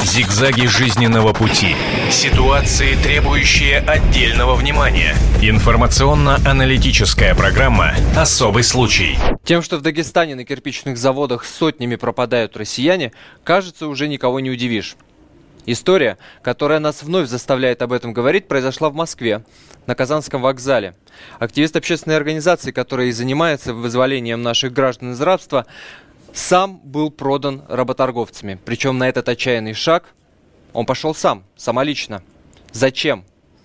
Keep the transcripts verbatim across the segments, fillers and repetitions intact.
Зигзаги жизненного пути. Ситуации, требующие отдельного внимания. Информационно-аналитическая программа «Особый случай». Тем, что в Дагестане на кирпичных заводах сотнями пропадают россияне, кажется, уже никого не удивишь. История, которая нас вновь заставляет об этом говорить, произошла в Москве, на Казанском вокзале. Активист общественной организации, которая и занимается вызволением наших граждан из рабства, сам был продан работорговцами. Причем на этот отчаянный шаг он пошел сам, самолично. Зачем?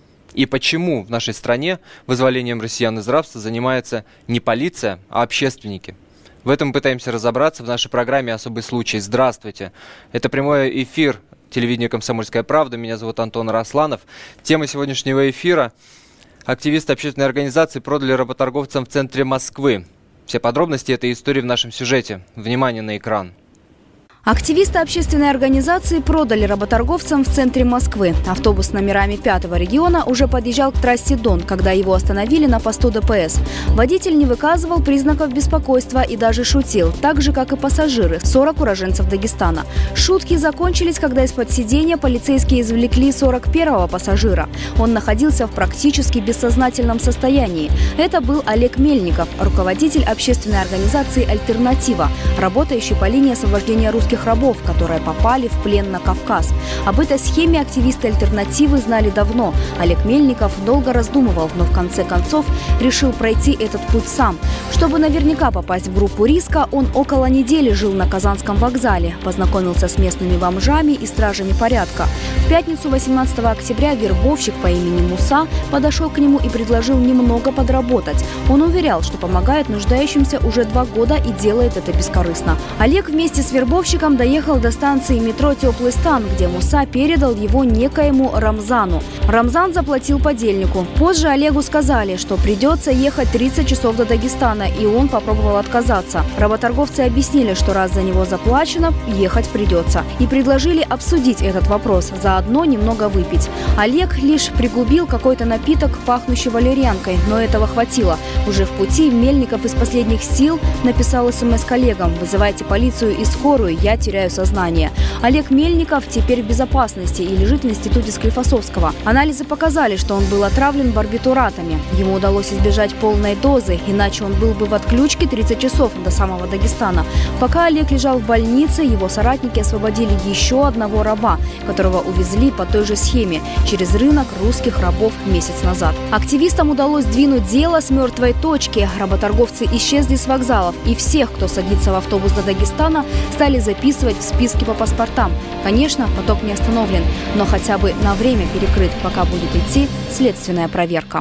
И почему в нашей стране вызволением россиян из рабства занимается не полиция, а общественники? В этом мы пытаемся разобраться в нашей программе «Особый случай». Здравствуйте! Это прямой эфир телевидения «Комсомольская правда». Меня зовут Антон Росланов. Тема сегодняшнего эфира – активисты общественной организации продали работорговцам в центре Москвы. Все подробности этой истории в нашем сюжете. Внимание на экран. Активисты общественной организации продали работорговцам в центре Москвы. Автобус с номерами пятого региона уже подъезжал к трассе Дон, когда его остановили на посту ДПС. Водитель не выказывал признаков беспокойства и даже шутил, так же, как и пассажиры, сорок уроженцев Дагестана. Шутки закончились, когда из-под сиденья полицейские извлекли сорок первого пассажира. Он находился в практически бессознательном состоянии. Это был Олег Мельников, руководитель общественной организации «Альтернатива», работающий по линии освобождения русских рабов, которые попали в плен на Кавказ. Об этой схеме активисты «Альтернативы» знали давно. Олег Мельников долго раздумывал, но в конце концов решил пройти этот путь сам. Чтобы наверняка попасть в группу риска, он около недели жил на Казанском вокзале, познакомился с местными бомжами и стражами порядка. В пятницу восемнадцатого октября вербовщик по имени Муса подошел к нему и предложил немного подработать. Он уверял, что помогает нуждающимся уже два года и делает это бескорыстно. Олег вместе с вербовщиком доехал до станции метро «Теплый стан», где Муса передал его некоему Рамзану. Рамзан заплатил подельнику. Позже Олегу сказали, что придется ехать тридцать часов до Дагестана, и он попробовал отказаться. Работорговцы объяснили, что раз за него заплачено, ехать придется. И предложили обсудить этот вопрос, заодно немного выпить. Олег лишь пригубил какой-то напиток, пахнущий валерьянкой, но этого хватило. Уже в пути Мельников из последних сил написал СМС коллегам: «Вызывайте полицию и скорую, я теряю сознание». Олег Мельников теперь в безопасности и лежит в институте Склифосовского. Анализы показали, что он был отравлен барбитуратами. Ему удалось избежать полной дозы, иначе он был бы в отключке тридцать часов до самого Дагестана. Пока Олег лежал в больнице, его соратники освободили еще одного раба, которого увезли по той же схеме через рынок русских рабов месяц назад. Активистам удалось двинуть дело с мертвой точки. Работорговцы исчезли с вокзалов, и всех, кто садится в автобус до Дагестана, стали записывать в списки по паспортам. Конечно, поток не остановлен, но хотя бы на время перекрыт, пока будет идти следственная проверка.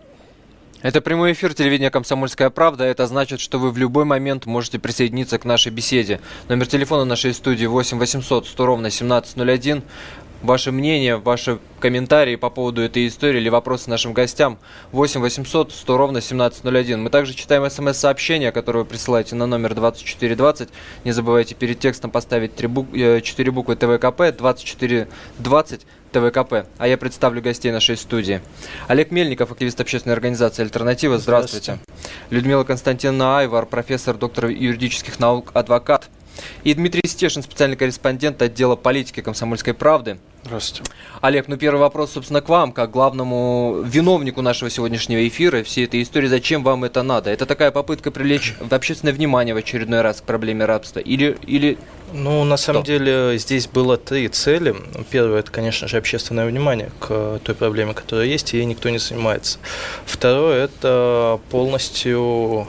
Это прямой эфир телевидения «Комсомольская правда». Это значит, что вы в любой момент можете присоединиться к нашей беседе. Номер телефона нашей студии восемь восемьсот сто ровно семнадцать ноль один. Ваше мнение, ваши комментарии по поводу этой истории или вопросы нашим гостям восемь восемьсот сто ровно семнадцать ноль один. Мы также читаем смс-сообщения, которые вы присылаете на номер двадцать четыре двадцать. Не забывайте перед текстом поставить три бук... четыре буквы ТВКП, двадцать четыре двадцать ТВКП. А я представлю гостей нашей студии. Олег Мельников, активист общественной организации «Альтернатива». Здравствуйте. Здравствуйте. Людмила Константиновна Айвар, профессор, доктор юридических наук, адвокат. И Дмитрий Стешин, специальный корреспондент отдела политики «Комсомольской правды». Здравствуйте. Олег, ну первый вопрос, собственно, к вам, как главному виновнику нашего сегодняшнего эфира, всей этой истории. Зачем вам это надо? Это такая попытка привлечь общественное внимание в очередной раз к проблеме рабства? Или... или... Ну, на самом Что? деле, здесь было три цели. Первое, это, конечно же, общественное внимание к той проблеме, которая есть, и ей никто не занимается. Второе, это полностью...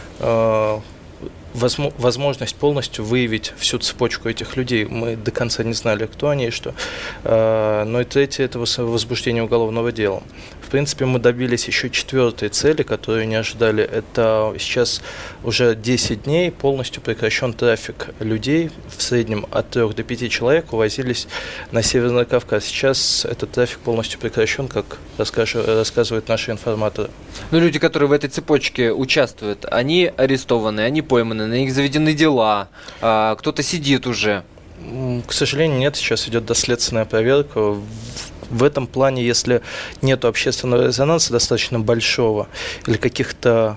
Э- возможность полностью выявить всю цепочку этих людей. Мы до конца не знали, кто они и что. Но и третье – это возбуждение уголовного дела. В принципе, мы добились еще четвертой цели, которую не ожидали. Это сейчас уже десять дней полностью прекращен трафик людей. В среднем от трех до пяти человек увозились на Северный Кавказ. Сейчас этот трафик полностью прекращен, как рассказывают наши информаторы. Ну, люди, которые в этой цепочке участвуют, они арестованы, они пойманы, на них заведены дела, а, кто-то сидит уже. К сожалению, нет. Сейчас идет доследственная проверка. В этом плане, если нет общественного резонанса достаточно большого или каких-то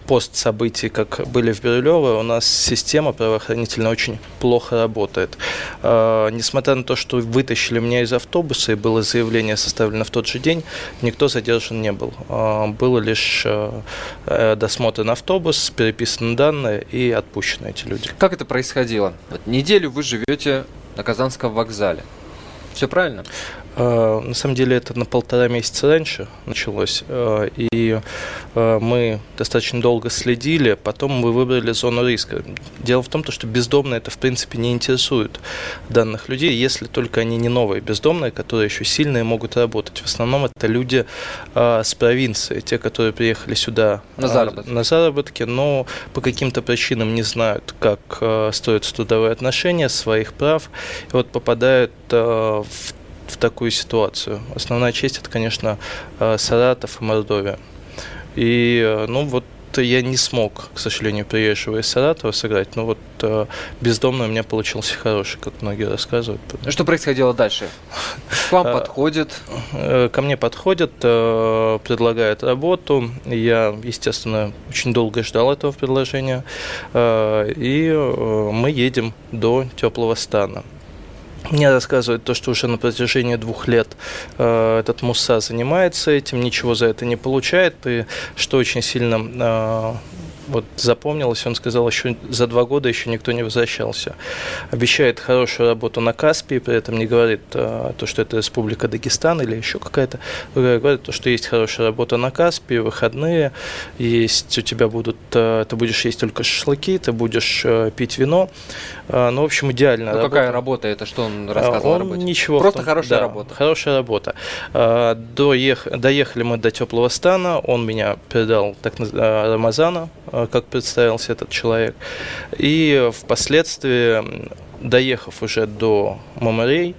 постсобытий, как были в Бирюлево, у нас система правоохранительная очень плохо работает. Несмотря на то, что вытащили меня из автобуса и было заявление составлено в тот же день, никто задержан не был. Было лишь досмотрен автобус, переписаны данные и отпущены эти люди. Как это происходило? Вот неделю вы живете на Казанском вокзале. Все правильно? На самом деле это на полтора месяца раньше началось, и мы достаточно долго следили, потом мы выбрали зону риска. Дело в том, что бездомные это в принципе не интересует данных людей, если только они не новые бездомные, которые еще сильные могут работать. В основном это люди с провинции, те, которые приехали сюда на заработки, на заработки но по каким-то причинам не знают, как строятся трудовые отношения, своих прав, и вот попадают в в такую ситуацию. Основная часть это, конечно, Саратов и Мордовия. И, ну, вот я не смог, к сожалению, приезжего из Саратова сыграть, но вот бездомный у меня получился хороший, как многие рассказывают. Что происходило дальше? К вам подходят? Ко мне подходят, предлагают работу. Я, естественно, очень долго ждал этого предложения. И мы едем до Теплого Стана. Мне рассказывают то, что уже на протяжении двух лет э, этот Муса занимается этим, ничего за это не получает, и что очень сильно э, вот запомнилось, он сказал, еще за два года еще никто не возвращался. Обещает хорошую работу на Каспии, при этом не говорит э, то, что это Республика Дагестан или еще какая-то, говорит то, что есть хорошая работа на Каспии, выходные, есть у тебя будут, э, ты будешь есть только шашлыки, ты будешь э, пить вино. Ну, в общем, идеальная ну, работа. Какая работа? Это что он рассказывал он о работе? Ничего. Просто том, хорошая да, работа. Хорошая работа. Доех... Доехали мы до Теплого Стана, он меня передал так, Рамазана, как представился этот человек. И впоследствии, доехав уже до Мамарей,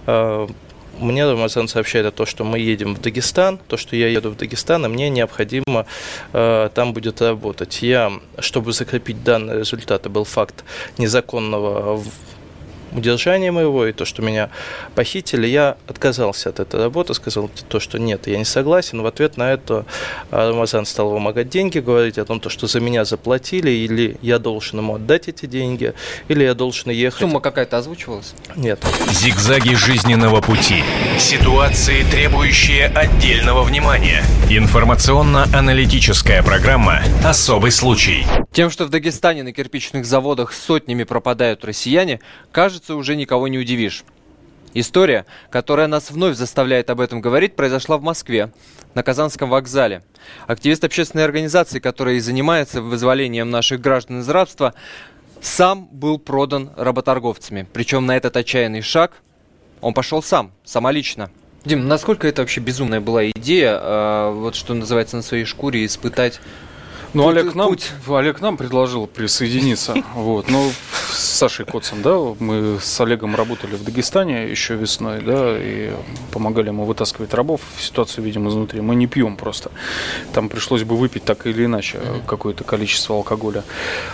мне Рамазан сообщает о том, что мы едем в Дагестан, то, что я еду в Дагестан, и мне необходимо э, там будет работать. Я, чтобы закрепить данные результаты, был факт незаконного удержания моего и то, что меня похитили, я отказался от этой работы, сказал то, что нет, я не согласен. В ответ на это Рамазан стал вымогать деньги, говорить о том, что за меня заплатили, или я должен ему отдать эти деньги, или я должен ехать. Сумма какая-то озвучивалась? Нет. Зигзаги жизненного пути. Ситуации, требующие отдельного внимания. Информационно-аналитическая программа «Особый случай». Тем, что в Дагестане на кирпичных заводах сотнями пропадают россияне, кажется, уже никого не удивишь. История, которая нас вновь заставляет об этом говорить, произошла в Москве, на Казанском вокзале. Активист общественной организации, которая и занимается вызволением наших граждан из рабства, сам был продан работорговцами. Причем на этот отчаянный шаг он пошел сам, самолично. Дим, насколько это вообще безумная была идея, э, вот что называется, на своей шкуре испытать. Ну, Олег нам, Олег нам предложил присоединиться. Вот. Ну, с Сашей Коцем, да, мы с Олегом работали в Дагестане еще весной, да, и помогали ему вытаскивать рабов. Ситуацию видим изнутри. Мы не пьем просто. Там пришлось бы выпить так или иначе mm-hmm. какое-то количество алкоголя.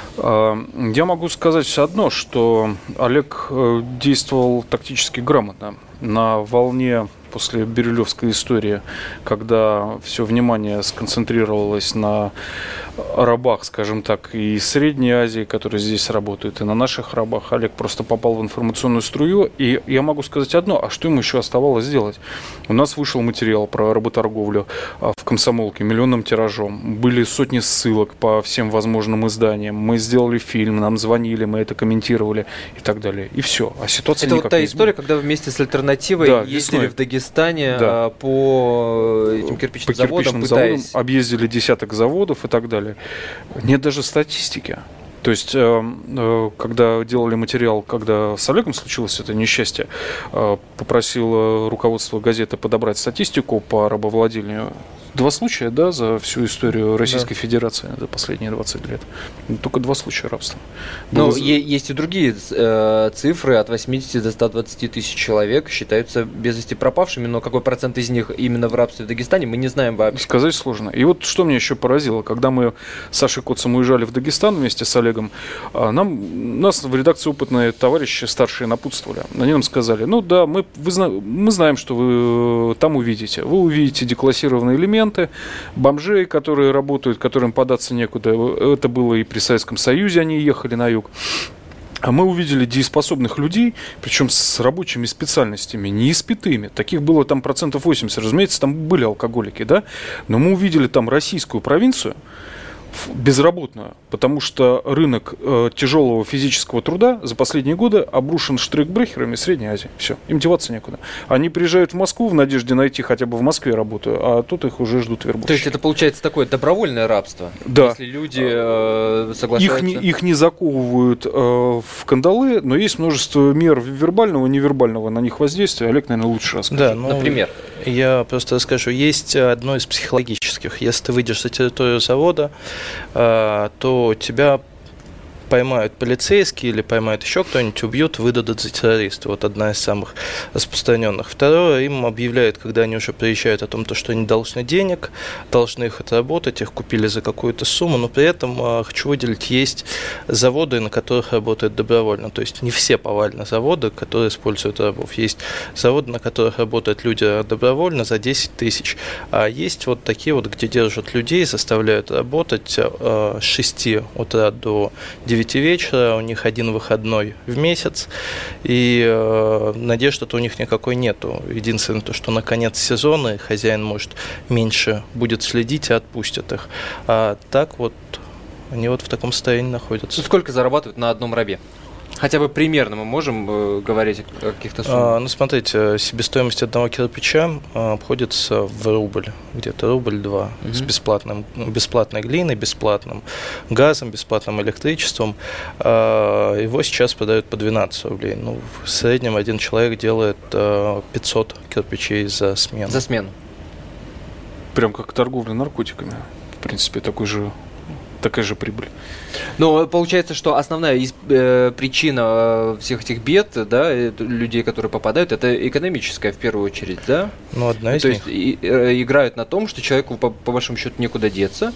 Я могу сказать одно, что Олег действовал тактически грамотно. На волне после бирюлевской истории, когда все внимание сконцентрировалось на рабах, скажем так, и из Средней Азии, которые здесь работают, и на наших рабах, Олег просто попал в информационную струю. И я могу сказать одно, а что ему еще оставалось сделать? У нас вышел материал про работорговлю в «Комсомолке» миллионным тиражом. Были сотни ссылок по всем возможным изданиям. Мы сделали фильм, нам звонили, мы это комментировали и так далее. И все. А ситуация это никак вот та не история, когда вы вместе с «Альтернативой» да, ездили весной. в Дагестане да. по этим кирпичным по заводам, кирпичным пытаясь... заводам, объездили десяток заводов и так далее. Нет даже статистики. То есть, когда делали материал, когда с Олегом случилось это несчастье, попросил руководство газеты подобрать статистику по рабовладению. Два случая, да, за всю историю Российской да. Федерации за последние двадцать лет. Только два случая рабства. Но Было... е- есть и другие э, цифры. От восьмидесяти до ста двадцати тысяч человек считаются без вести пропавшими. Но какой процент из них именно в рабстве в Дагестане, мы не знаем вообще. Сказать сложно. И вот что меня еще поразило. Когда мы с Сашей Коцем уезжали в Дагестан вместе с Олегом, нам, нас в редакции опытные товарищи старшие напутствовали. Они нам сказали, ну да, мы, вы, мы знаем, что вы там увидите. Вы увидите деклассированный элемент, студенты, бомжей, которые работают, которым податься некуда. Это было и при Советском Союзе, они ехали на юг. А мы увидели дееспособных людей, причем с рабочими специальностями, неиспитыми. Таких было там процентов восемьдесят. Разумеется, там были алкоголики, да? Но мы увидели там российскую провинцию, безработную, потому что рынок э, тяжелого физического труда за последние годы обрушен штрейкбрехерами Средней Азии. Все, им деваться некуда. Они приезжают в Москву в надежде найти хотя бы в Москве работу, а тут их уже ждут вербовщики. То есть это получается такое добровольное рабство? Да. Если люди э, соглашаются... Их не, их не заковывают э, в кандалы, но есть множество мер вербального и невербального на них воздействия. Олег, наверное, лучше расскажет. Да, ну, например? Я просто расскажу. Есть одно из психологических. Если ты выйдешь за территорию завода, то тебя поймают полицейские или поймают еще кто-нибудь, убьют, выдадут за террориста. Вот одна из самых распространенных. Второе, им объявляют, когда они уже приезжают, о том, что они должны денег, должны их отработать, их купили за какую-то сумму, но при этом, хочу выделить, есть заводы, на которых работают добровольно. То есть не все повально заводы, которые используют рабов. Есть заводы, на которых работают люди добровольно за десять тысяч. А есть вот такие вот, где держат людей, заставляют работать с шести утра до девяти вечера, у них один выходной в месяц, и э, надежды-то у них никакой нету. Единственное, то, что на конец сезона хозяин, может, меньше будет следить и отпустит их. А так вот, они вот в таком состоянии находятся. Сколько зарабатывают на одном рабе? Хотя бы примерно мы можем э, говорить о каких-то суммах? А, ну, смотрите, себестоимость одного кирпича а, обходится в рубль, где-то рубль-два, угу. с бесплатным, бесплатной глиной, бесплатным газом, бесплатным электричеством. А, его сейчас продают по двенадцать рублей. Ну, в среднем один человек делает а, пятьсот кирпичей за смену. За смену. Прям как торговля наркотиками. В принципе, такой же... такая же прибыль. Но получается, что основная из, э, причина э, всех этих бед, да, людей, которые попадают, это экономическая в первую очередь, да? Ну, одна из То них. есть и, э, играют на том, что человеку по, по большому счету некуда деться,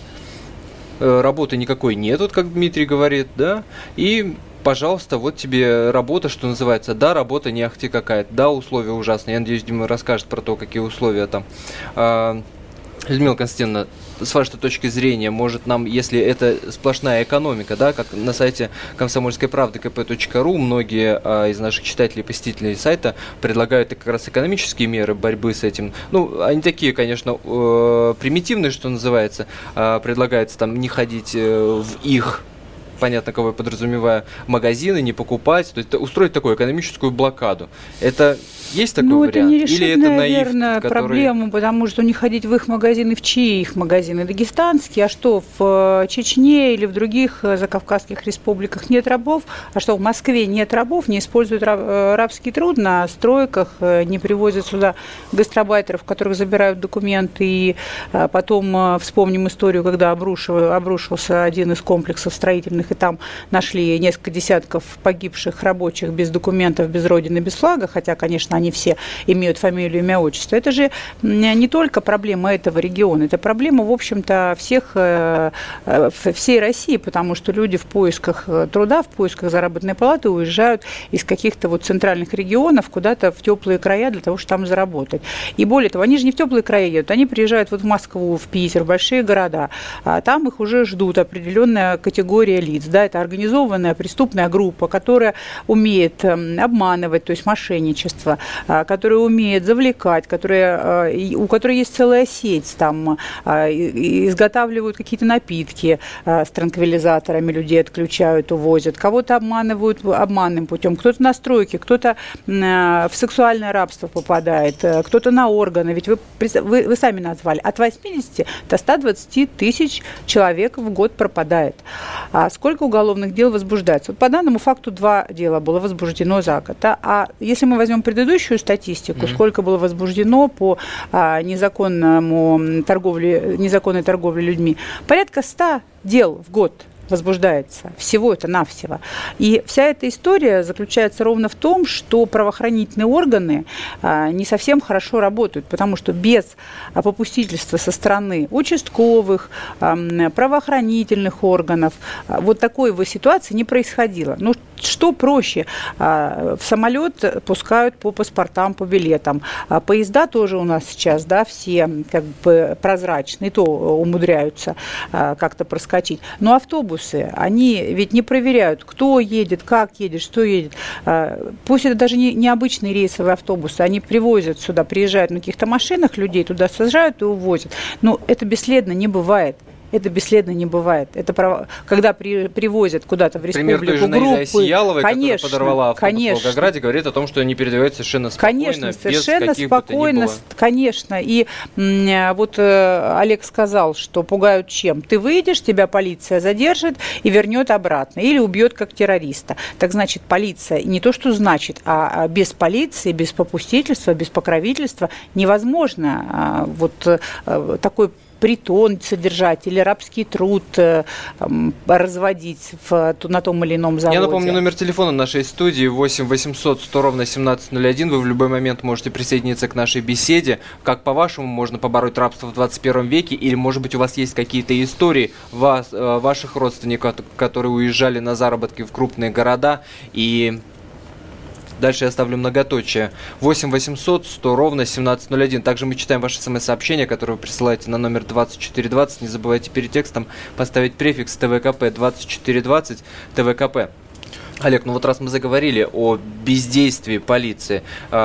э, работы никакой нет, вот как Дмитрий говорит, да, и пожалуйста, вот тебе работа, что называется. Да, работа не ахти какая-то, да, условия ужасные. Я надеюсь, Дима расскажет про то, какие условия там. Э, Людмила Константиновна, с вашей точки зрения, может нам, если это сплошная экономика, да, как на сайте комсомольской правды ка пэ точка ру, многие а, из наших читателей и посетителей сайта предлагают как раз экономические меры борьбы с этим. Ну, они такие, конечно, э, примитивные, что называется. Э, предлагается там не ходить э, в их, понятно, кого я подразумеваю, магазины, не покупать, то есть устроить такую экономическую блокаду. Это есть такой ну, вариант? Это не решит, Или это наверное, наив, который... проблему, потому что не ходить в их магазины, в чьи их магазины? Дагестанские, а что, в Чечне или в других закавказских республиках нет рабов? А что, в Москве нет рабов, не используют рабский труд на стройках, не привозят сюда гастробайтеров, которых забирают документы, и потом вспомним историю, когда обрушил, обрушился один из комплексов строительных, и там нашли несколько десятков погибших рабочих без документов, без родины, без флага, хотя, конечно, они все имеют фамилию, имя, отчество. Это же не только проблема этого региона, это проблема, в общем-то, всех, всей России, потому что люди в поисках труда, в поисках заработной платы уезжают из каких-то вот центральных регионов куда-то в теплые края для того, чтобы там заработать. И более того, они же не в теплые края едут, они приезжают вот в Москву, в Питер, в большие города, а там их уже ждут определенная категория лиц. Да, это организованная преступная группа, которая умеет обманывать, то есть мошенничество, которая умеет завлекать, которая, у которой есть целая сеть, там изготавливают какие-то напитки с транквилизаторами, людей отключают, увозят, кого-то обманывают обманным путем, кто-то на стройке, кто-то в сексуальное рабство попадает, кто-то на органы, ведь вы, вы, вы сами назвали, от восьмидесяти до ста двадцати тысяч человек в год пропадает. А сколько уголовных дел возбуждается? Вот по данному факту два дела было возбуждено за год. А, а если мы возьмем предыдущую статистику, mm-hmm. сколько было возбуждено по а, незаконному торговле, незаконной торговле людьми? Порядка ста дел в год возбуждается. Всего это навсего. И вся эта история заключается ровно в том, что правоохранительные органы а, не совсем хорошо работают, потому что без а, попустительства со стороны участковых, а, правоохранительных органов а, вот такой вот ситуации не происходило. Ну, что проще? В самолет пускают по паспортам, по билетам. Поезда тоже у нас сейчас, да, все как бы прозрачные, то умудряются как-то проскочить. Но автобусы, они ведь не проверяют, кто едет, как едет, что едет. Пусть это даже не, не обычные рейсовые автобусы, они привозят сюда, приезжают на каких-то машинах, людей туда сажают и увозят. Но это бесследно не бывает. Это бесследно не бывает. Это право, когда при, привозят куда-то в республику пример той же группы, Сияловой, конечно, которая подорвала автобус конечно, в Волгограде, говорит о том, что они передавают совершенно спокойно, конечно, без совершенно каких бы то ни спокойно, было. конечно. И м, вот э, Олег сказал, что пугают чем? Ты выйдешь, тебя полиция задержит и вернет обратно. Или убьет как террориста. Так значит, полиция, не то что значит, а без полиции, без попустительства, без покровительства невозможно а, вот а, такой притон содержать или рабский труд э, разводить в, на том или ином заводе. Я напомню номер телефона нашей студии восемь восемьсот сто ровно семнадцать ноль один. Вы в любой момент можете присоединиться к нашей беседе. Как, по-вашему, можно побороть рабство в двадцать первом веке? Или, может быть, у вас есть какие-то истории вас, ваших родственников, которые уезжали на заработки в крупные города и... Дальше я оставлю многоточие. восемь восемьсот сто ровно семнадцать ноль один. Также мы читаем ваши смс-сообщения, которые вы присылаете на номер двадцать четыре двадцать. Не забывайте перед текстом поставить префикс ТВКП двадцать четыре двадцать ТВКП. Олег, ну вот раз мы заговорили о бездействии полиции,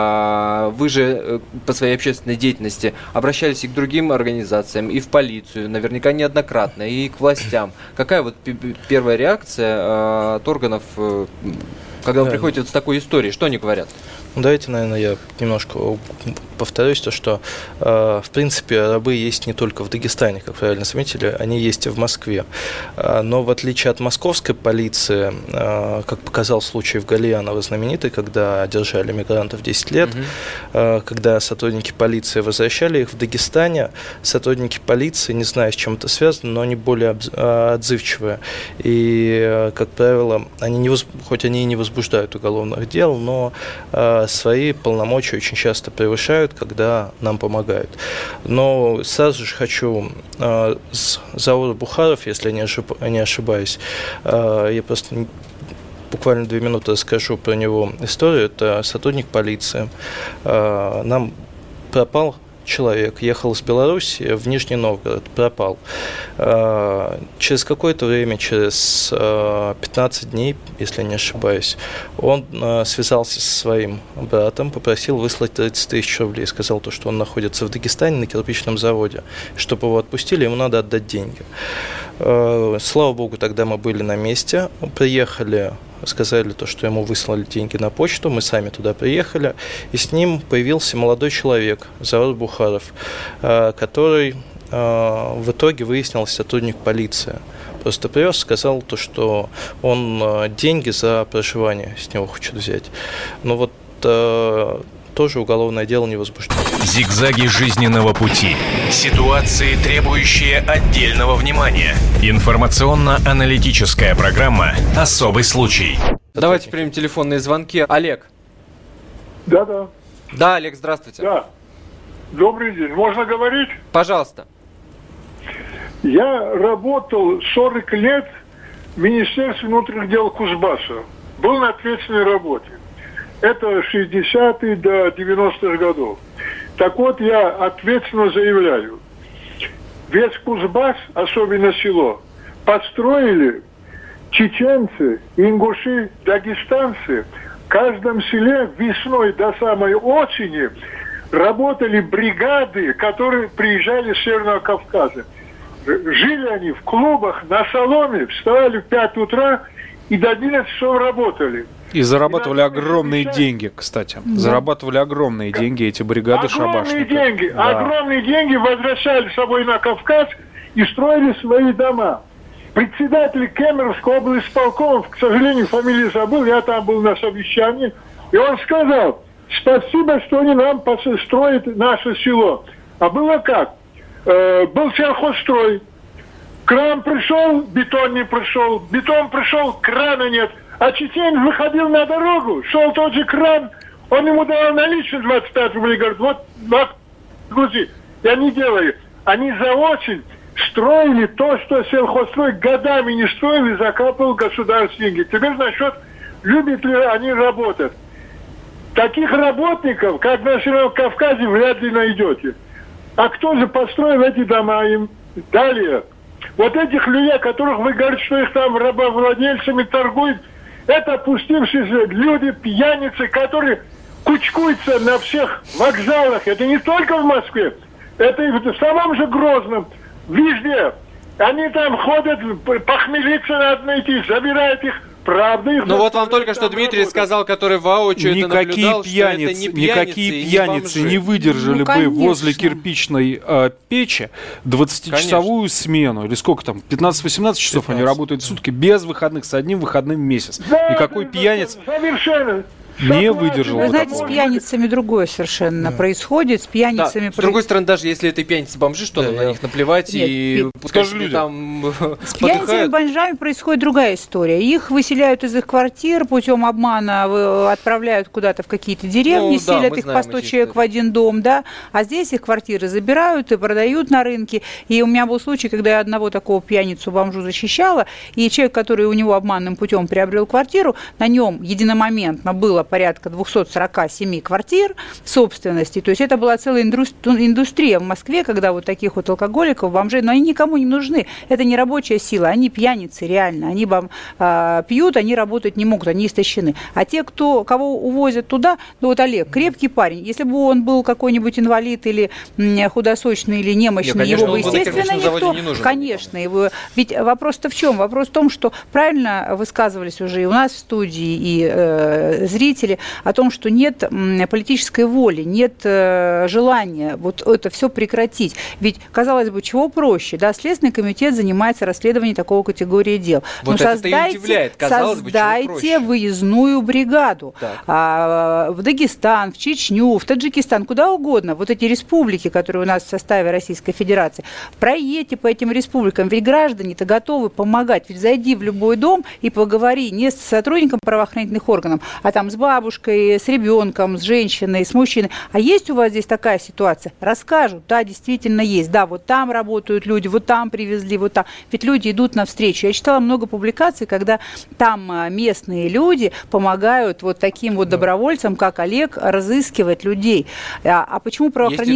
вы же по своей общественной деятельности обращались и к другим организациям, и в полицию, наверняка неоднократно, и к властям. Какая вот первая реакция от органов, когда вы да. приходите вот с такой историей? Что они говорят? Ну, давайте, наверное, я немножко повторюсь, то, что, э, в принципе, рабы есть не только в Дагестане, как правильно заметили, они есть и в Москве. Э, но в отличие от московской полиции, э, как показал случай в Галияново знаменитый, когда держали мигрантов десять лет, угу. э, когда сотрудники полиции возвращали их в Дагестане, сотрудники полиции, не знаю, с чем это связано, но они более отзывчивые. И, э, как правило, они не воз... хоть они и не возбуждают уголовных дел, но э, свои полномочия очень часто превышают, когда нам помогают. Но сразу же хочу э, с завода Бухаров, если я не, ошиб, не ошибаюсь, э, я просто буквально две минуты расскажу про него историю. Это сотрудник полиции. Э, нам пропал человек, ехал из Беларуси в Нижний Новгород, пропал. Через какое-то время, через пятнадцать дней, если не ошибаюсь, он связался со своим братом, попросил выслать тридцать тысяч рублей, сказал, то, что он находится в Дагестане на кирпичном заводе. Чтобы его отпустили, ему надо отдать деньги. Слава богу, тогда мы были на месте, приехали, сказали то, что ему выслали деньги на почту, мы сами туда приехали, и с ним появился молодой человек, Завод Бухаров, который в итоге выяснился сотрудник полиции. Просто привез, сказал то, что он деньги за проживание с него хочет взять. Но вот тоже уголовное дело не возбуждено. Зигзаги жизненного пути. Ситуации, требующие отдельного внимания. Информационно-аналитическая программа «Особый случай». Давайте примем телефонные звонки. Олег. Да-да. Да, Олег, здравствуйте. Да. Добрый день. Можно говорить? Пожалуйста. Я работал сорок лет в Министерстве внутренних дел Кузбасса. Был на ответственной работе. Это шестидесятые до девяностых годов. Так вот, я ответственно заявляю. Весь Кузбасс, особенно село, построили чеченцы, ингуши, дагестанцы. В каждом селе весной до самой осени работали бригады, которые приезжали с Северного Кавказа. Жили они в клубах, на соломе, вставали в пять утра и до одиннадцати часов работали. И зарабатывали и огромные кричать. деньги, кстати. Да. Зарабатывали огромные деньги эти бригады огромные шабашников. Огромные деньги. Да. Огромные деньги возвращали с собой на Кавказ и строили свои дома. Председатель Кемеровского облисполкома, к сожалению, фамилию забыл, я там был на совещании, и он сказал, спасибо, что они нам строят наше село. А было как? Э, был сельхозстрой. Кран пришел, бетон не пришел. Бетон пришел, крана нет. А чеченец выходил на дорогу, шел тот же кран, он ему давал наличие двадцать пять рублей, говорит, вот, вот, грузи. И они делали. Они за очень строили то, что сельхозстрой годами не строили, закапывал государство деньги. Теперь насчет любят ли они работать. Таких работников, как на Северном Кавказе, вряд ли найдете. А кто же построил эти дома им? Далее. Вот этих людей, которых вы говорите, что их там рабовладельцами торгуют, это опустившиеся люди, пьяницы, которые кучкуются на всех вокзалах. Это не только в Москве, это и в самом же Грозном. Везде. Они там ходят, похмелиться надо найти, забирают их. Правда, их ну вот вам только что Дмитрий работают. Сказал, который воочию это наблюдал, пьяниц, что это не пьяницы, никакие и пьяницы не, не выдержали ну, бы возле кирпичной э, печи двадцатичасовую конечно. Смену, или сколько там, пятнадцать-восемнадцать часов пятнадцать. Они работают в сутки без выходных, с одним выходным в месяц. Да, Никакой да, пьяниц... Совершенно. Не выдержал. Вы знаете, с пьяницами другое совершенно да. происходит. С пьяницами... Да. С другой стороны, даже если это пьяницы-бомжи, что да, на них наплевать Нет, и пускай люди там с пьяницами-бомжами происходит другая история. Их выселяют из их квартир путем обмана, отправляют куда-то в какие-то деревни, ну, селят да, их по сто человек в один дом, да. А здесь их квартиры забирают и продают на рынке. И у меня был случай, когда я одного такого пьяницу-бомжу защищала, и человек, который у него обманным путем приобрел квартиру, на нем единомоментно было порядка двести сорок семь квартир в собственности. То есть это была целая индустрия в Москве, когда вот таких вот алкоголиков, бомжей, но они никому не нужны. Это не рабочая сила, они пьяницы реально. Они бом, э, пьют, они работать не могут, они истощены. А те, кто, кого увозят туда, ну вот Олег, крепкий парень. Если бы он был какой-нибудь инвалид или худосочный, или немощный, Нет, конечно, его бы, естественно, никто... Не нужен, конечно, его... Ведь вопрос-то в чем? Вопрос в том, что правильно высказывались уже и у нас в студии, и э, зрители, о том, что нет политической воли, нет э, желания вот это все прекратить. Ведь, казалось бы, чего проще, да, Следственный комитет занимается расследованием такого категории дел. Вот это создайте, и удивляет, казалось бы, чего проще. Создайте выездную бригаду а, в Дагестан, в Чечню, в Таджикистан, куда угодно. Вот эти республики, которые у нас в составе Российской Федерации, проедьте по этим республикам, ведь граждане-то готовы помогать. Ведь зайди в любой дом и поговори не с сотрудником правоохранительных органов, а там с бабушкой, с ребенком, с женщиной, с мужчиной. А есть у вас здесь такая ситуация? Расскажут, да, действительно есть. Да, вот там работают люди, вот там привезли, вот там. Ведь люди идут навстречу. Я читала много публикаций, когда там местные люди помогают вот таким вот добровольцам, как Олег, разыскивать людей. А, а почему правоохранительные